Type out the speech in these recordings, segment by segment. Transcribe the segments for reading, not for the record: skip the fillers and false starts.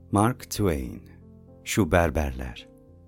Mark Twain, Şu Berberler.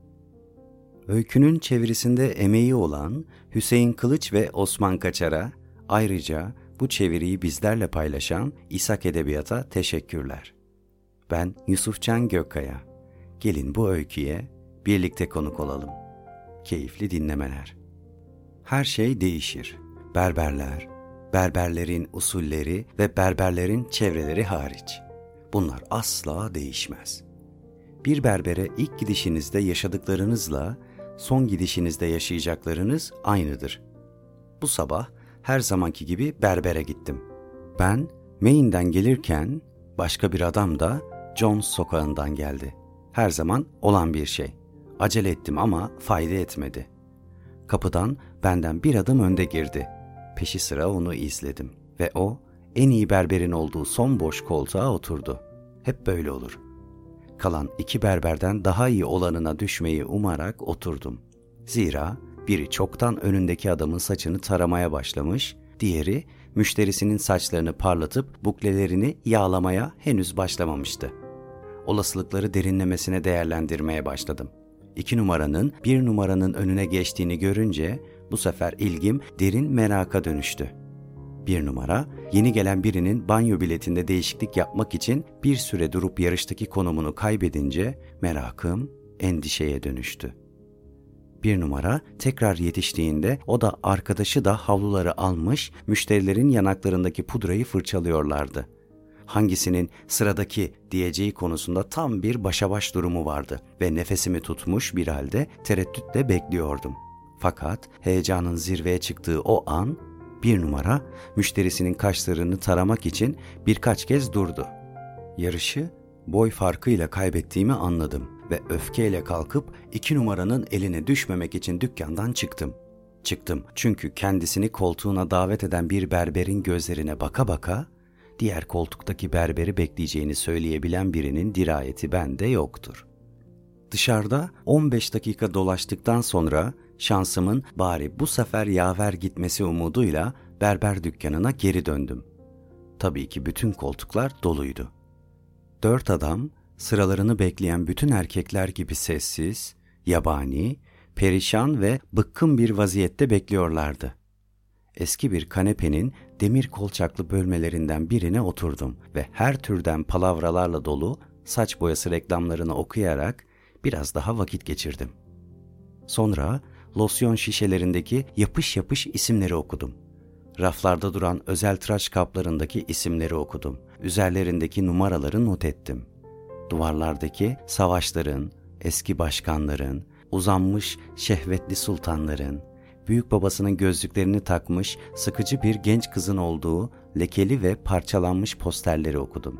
Öykünün çevirisinde emeği olan Hüseyin Kılıç ve Osman Kaçar'a, ayrıca bu çeviriyi bizlerle paylaşan İshak Edebiyat'a teşekkürler. Ben Yusufcan Gökkaya. Gelin bu öyküye birlikte konuk olalım. Keyifli dinlemeler. Her şey değişir. Berberler, berberlerin usulleri ve berberlerin çevreleri hariç. Bunlar asla değişmez. Bir berbere ilk gidişinizde yaşadıklarınızla son gidişinizde yaşayacaklarınız aynıdır. Bu sabah her zamanki gibi berbere gittim. Ben Maine'den gelirken başka bir adam da Jones sokağından geldi. Her zaman olan bir şey. Acele ettim ama fayda etmedi. Kapıdan benden bir adım önde girdi. Peşi sıra onu izledim ve o en iyi berberin olduğu son boş koltuğa oturdu. Hep böyle olur. Kalan iki berberden daha iyi olanına düşmeyi umarak oturdum. Zira biri çoktan önündeki adamın saçını taramaya başlamış, diğeri müşterisinin saçlarını parlatıp buklelerini yağlamaya henüz başlamamıştı. Olasılıkları derinlemesine değerlendirmeye başladım. 2 numaranın 1 numaranın önüne geçtiğini görünce bu sefer ilgim derin meraka dönüştü. 1 numara, yeni gelen birinin banyo biletinde değişiklik yapmak için bir süre durup yarıştaki konumunu kaybedince merakım endişeye dönüştü. 1 numara tekrar yetiştiğinde o da arkadaşı da havluları almış, müşterilerin yanaklarındaki pudrayı fırçalıyorlardı. Hangisinin sıradaki diyeceği konusunda tam bir başa baş durumu vardı ve nefesimi tutmuş bir halde tereddütle bekliyordum. Fakat heyecanın zirveye çıktığı o an 1 numara müşterisinin kaşlarını taramak için birkaç kez durdu. Yarışı boy farkıyla kaybettiğimi anladım ve öfkeyle kalkıp 2 numaranın eline düşmemek için dükkandan çıktım. Çıktım çünkü kendisini koltuğuna davet eden bir berberin gözlerine baka baka diğer koltuktaki berberi bekleyeceğini söyleyebilen birinin dirayeti bende yoktur. Dışarıda 15 dakika dolaştıktan sonra şansımın bari bu sefer yaver gitmesi umuduyla berber dükkanına geri döndüm. Tabii ki bütün koltuklar doluydu. 4 adam sıralarını bekleyen bütün erkekler gibi sessiz, yabani, perişan ve bıkkın bir vaziyette bekliyorlardı. Eski bir kanepenin demir kolçaklı bölmelerinden birine oturdum ve her türden palavralarla dolu saç boyası reklamlarını okuyarak biraz daha vakit geçirdim. Sonra losyon şişelerindeki yapış yapış isimleri okudum. Raflarda duran özel tıraş kaplarındaki isimleri okudum. Üzerlerindeki numaraları not ettim. Duvarlardaki savaşların, eski başkanların, uzanmış şehvetli sultanların, büyük babasının gözlüklerini takmış sıkıcı bir genç kızın olduğu lekeli ve parçalanmış posterleri okudum.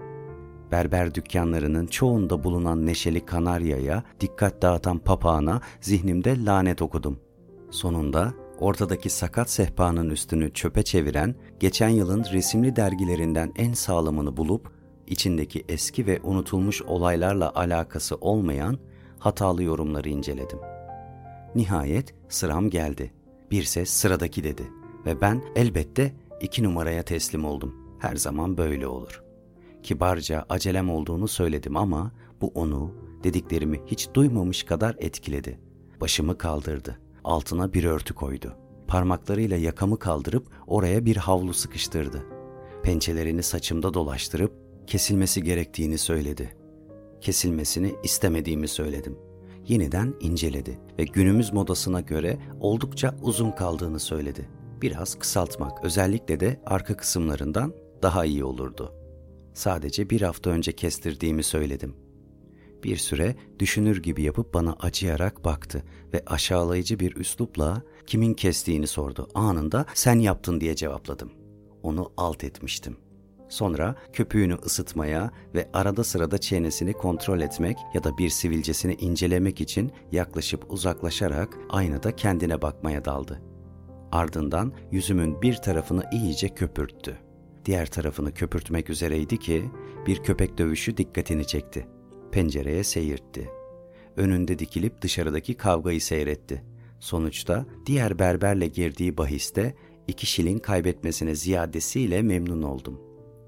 Berber dükkanlarının çoğunda bulunan neşeli kanaryaya, dikkat dağıtan papağana zihnimde lanet okudum. Sonunda ortadaki sakat sehpanın üstünü çöpe çeviren, geçen yılın resimli dergilerinden en sağlamını bulup, içindeki eski ve unutulmuş olaylarla alakası olmayan hatalı yorumları inceledim. Nihayet sıram geldi. Bir ses sıradaki dedi ve ben elbette 2 numaraya teslim oldum. Her zaman böyle olur. Kibarca acelem olduğunu söyledim ama bu onu dediklerimi hiç duymamış kadar etkiledi. Başımı kaldırdı. Altına bir örtü koydu. Parmaklarıyla yakamı kaldırıp oraya bir havlu sıkıştırdı. Pençelerini saçımda dolaştırıp kesilmesi gerektiğini söyledi. Kesilmesini istemediğimi söyledim. Yeniden inceledi ve günümüz modasına göre oldukça uzun kaldığını söyledi. Biraz kısaltmak, özellikle de arka kısımlarından daha iyi olurdu. Sadece 1 hafta önce kestirdiğimi söyledim. Bir süre düşünür gibi yapıp bana acıyarak baktı ve aşağılayıcı bir üslupla kimin kestiğini sordu. Anında sen yaptın diye cevapladım. Onu alt etmiştim. Sonra köpüğünü ısıtmaya ve arada sırada çenesini kontrol etmek ya da bir sivilcesini incelemek için yaklaşıp uzaklaşarak aynada kendine bakmaya daldı. Ardından yüzümün bir tarafını iyice köpürttü. Diğer tarafını köpürtmek üzereydi ki bir köpek dövüşü dikkatini çekti. Pencereye seyirtti. Önünde dikilip dışarıdaki kavgayı seyretti. Sonuçta diğer berberle girdiği bahiste 2 şilin kaybetmesine ziyadesiyle memnun oldum.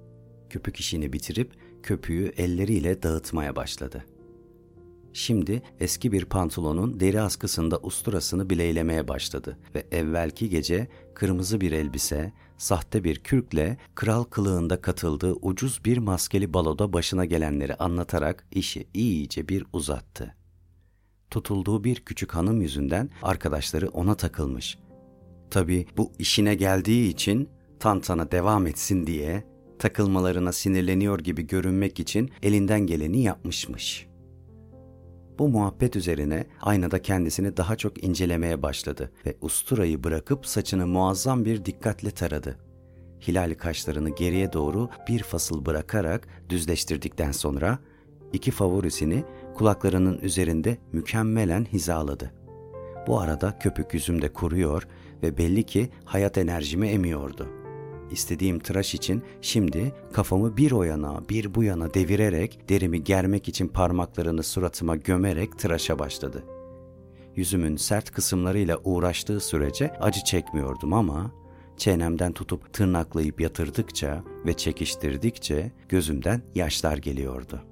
Köpük işini bitirip köpüğü elleriyle dağıtmaya başladı. Şimdi eski bir pantolonun deri askısında usturasını bileylemeye başladı ve evvelki gece kırmızı bir elbise, sahte bir kürkle kral kılığında katıldığı ucuz bir maskeli baloda başına gelenleri anlatarak işi iyice bir uzattı. Tutulduğu bir küçük hanım yüzünden arkadaşları ona takılmış. Tabii bu işine geldiği için tantana devam etsin diye takılmalarına sinirleniyor gibi görünmek için elinden geleni yapmışmış. Bu muhabbet üzerine aynada kendisini daha çok incelemeye başladı ve usturayı bırakıp saçını muazzam bir dikkatle taradı. Hilal kaşlarını geriye doğru bir fasıl bırakarak düzleştirdikten sonra iki favorisini kulaklarının üzerinde mükemmelen hizaladı. Bu arada köpük yüzümde kuruyor ve belli ki hayat enerjimi emiyordu. İstediğim tıraş için şimdi kafamı bir o yana bir bu yana devirerek derimi germek için parmaklarını suratıma gömerek tıraşa başladı. Yüzümün sert kısımlarıyla uğraştığı sürece acı çekmiyordum ama çenemden tutup tırnaklayıp yatırdıkça ve çekiştirdikçe gözümden yaşlar geliyordu.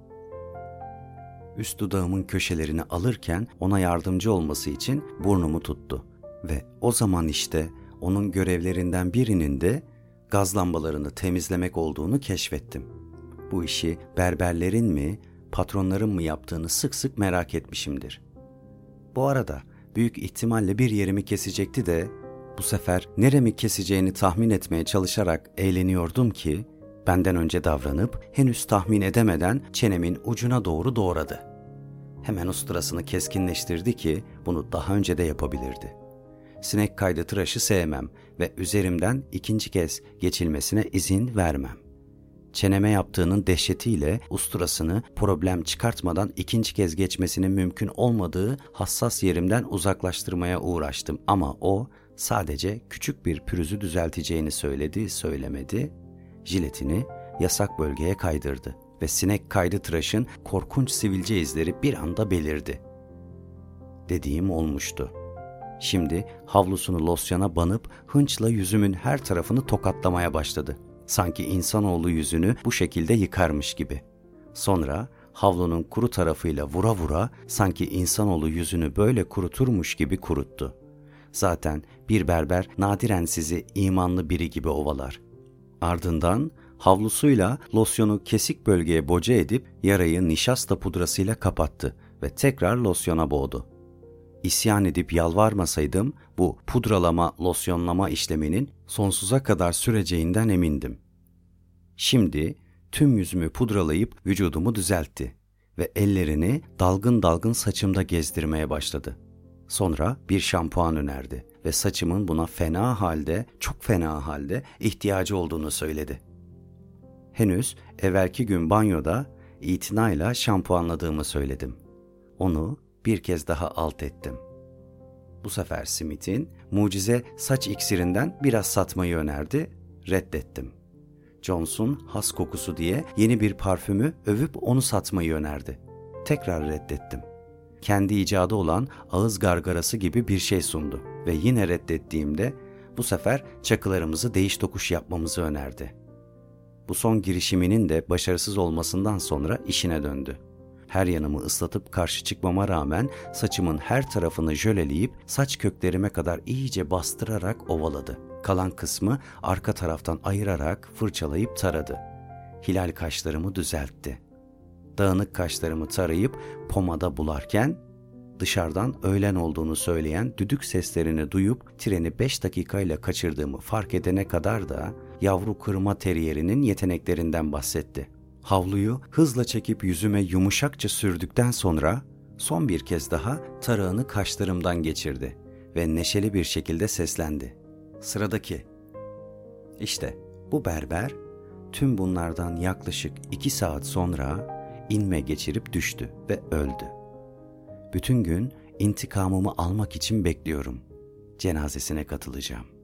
Üst dudağımın köşelerini alırken ona yardımcı olması için burnumu tuttu ve o zaman işte onun görevlerinden birinin de gaz lambalarını temizlemek olduğunu keşfettim. Bu işi berberlerin mi, patronların mı yaptığını sık sık merak etmişimdir. Bu arada büyük ihtimalle bir yerimi kesecekti de bu sefer neremi keseceğini tahmin etmeye çalışarak eğleniyordum ki benden önce davranıp henüz tahmin edemeden çenemin ucuna doğru doğradı. Hemen usturasını keskinleştirdi ki bunu daha önce de yapabilirdi. Sinek kaydı tıraşı sevmem ve üzerimden ikinci kez geçilmesine izin vermem. Çeneme yaptığının dehşetiyle usturasını problem çıkartmadan ikinci kez geçmesinin mümkün olmadığı hassas yerimden uzaklaştırmaya uğraştım ama o sadece küçük bir pürüzü düzelteceğini söylemedi, jiletini yasak bölgeye kaydırdı ve sinek kaydı tıraşın korkunç sivilce izleri bir anda belirdi. Dediğim olmuştu. Şimdi havlusunu losyona banıp hınçla yüzümün her tarafını tokatlamaya başladı. Sanki insanoğlu yüzünü bu şekilde yıkarmış gibi. Sonra havlunun kuru tarafıyla vura vura sanki insanoğlu yüzünü böyle kuruturmuş gibi kuruttu. Zaten bir berber nadiren sizi imanlı biri gibi ovalar. Ardından havlusuyla losyonu kesik bölgeye boca edip yarayı nişasta pudrasıyla kapattı ve tekrar losyona boğdu. İsyan edip yalvarmasaydım bu pudralama, losyonlama işleminin sonsuza kadar süreceğinden emindim. Şimdi tüm yüzümü pudralayıp vücudumu düzeltti ve ellerini dalgın dalgın saçımda gezdirmeye başladı. Sonra bir şampuan önerdi ve saçımın buna çok fena halde ihtiyacı olduğunu söyledi. Henüz evvelki gün banyoda itinayla şampuanladığımı söyledim. Onu bir kez daha alt ettim. Bu sefer Smith'in mucize saç iksirinden biraz satmayı önerdi, reddettim. Jones'un has kokusu diye yeni bir parfümü övüp onu satmayı önerdi. Tekrar reddettim. Kendi icadı olan ağız gargarası gibi bir şey sundu ve yine reddettiğimde bu sefer çakılarımızı değiş tokuş yapmamızı önerdi. Bu son girişiminin de başarısız olmasından sonra işine döndü. Her yanımı ıslatıp karşı çıkmama rağmen saçımın her tarafını jöleleyip saç köklerime kadar iyice bastırarak ovaladı. Kalan kısmı arka taraftan ayırarak fırçalayıp taradı. Hilal kaşlarımı düzeltti. Dağınık kaşlarımı tarayıp pomada bularken dışarıdan öğlen olduğunu söyleyen düdük seslerini duyup treni 5 dakikayla kaçırdığımı fark edene kadar da yavru kırma teriyerinin yeteneklerinden bahsetti. Havluyu hızla çekip yüzüme yumuşakça sürdükten sonra son bir kez daha tarağını kaşlarımdan geçirdi ve neşeli bir şekilde seslendi. Sıradaki. İşte bu berber tüm bunlardan yaklaşık 2 saat sonra inme geçirip düştü ve öldü. Bütün gün intikamımı almak için bekliyorum. Cenazesine katılacağım.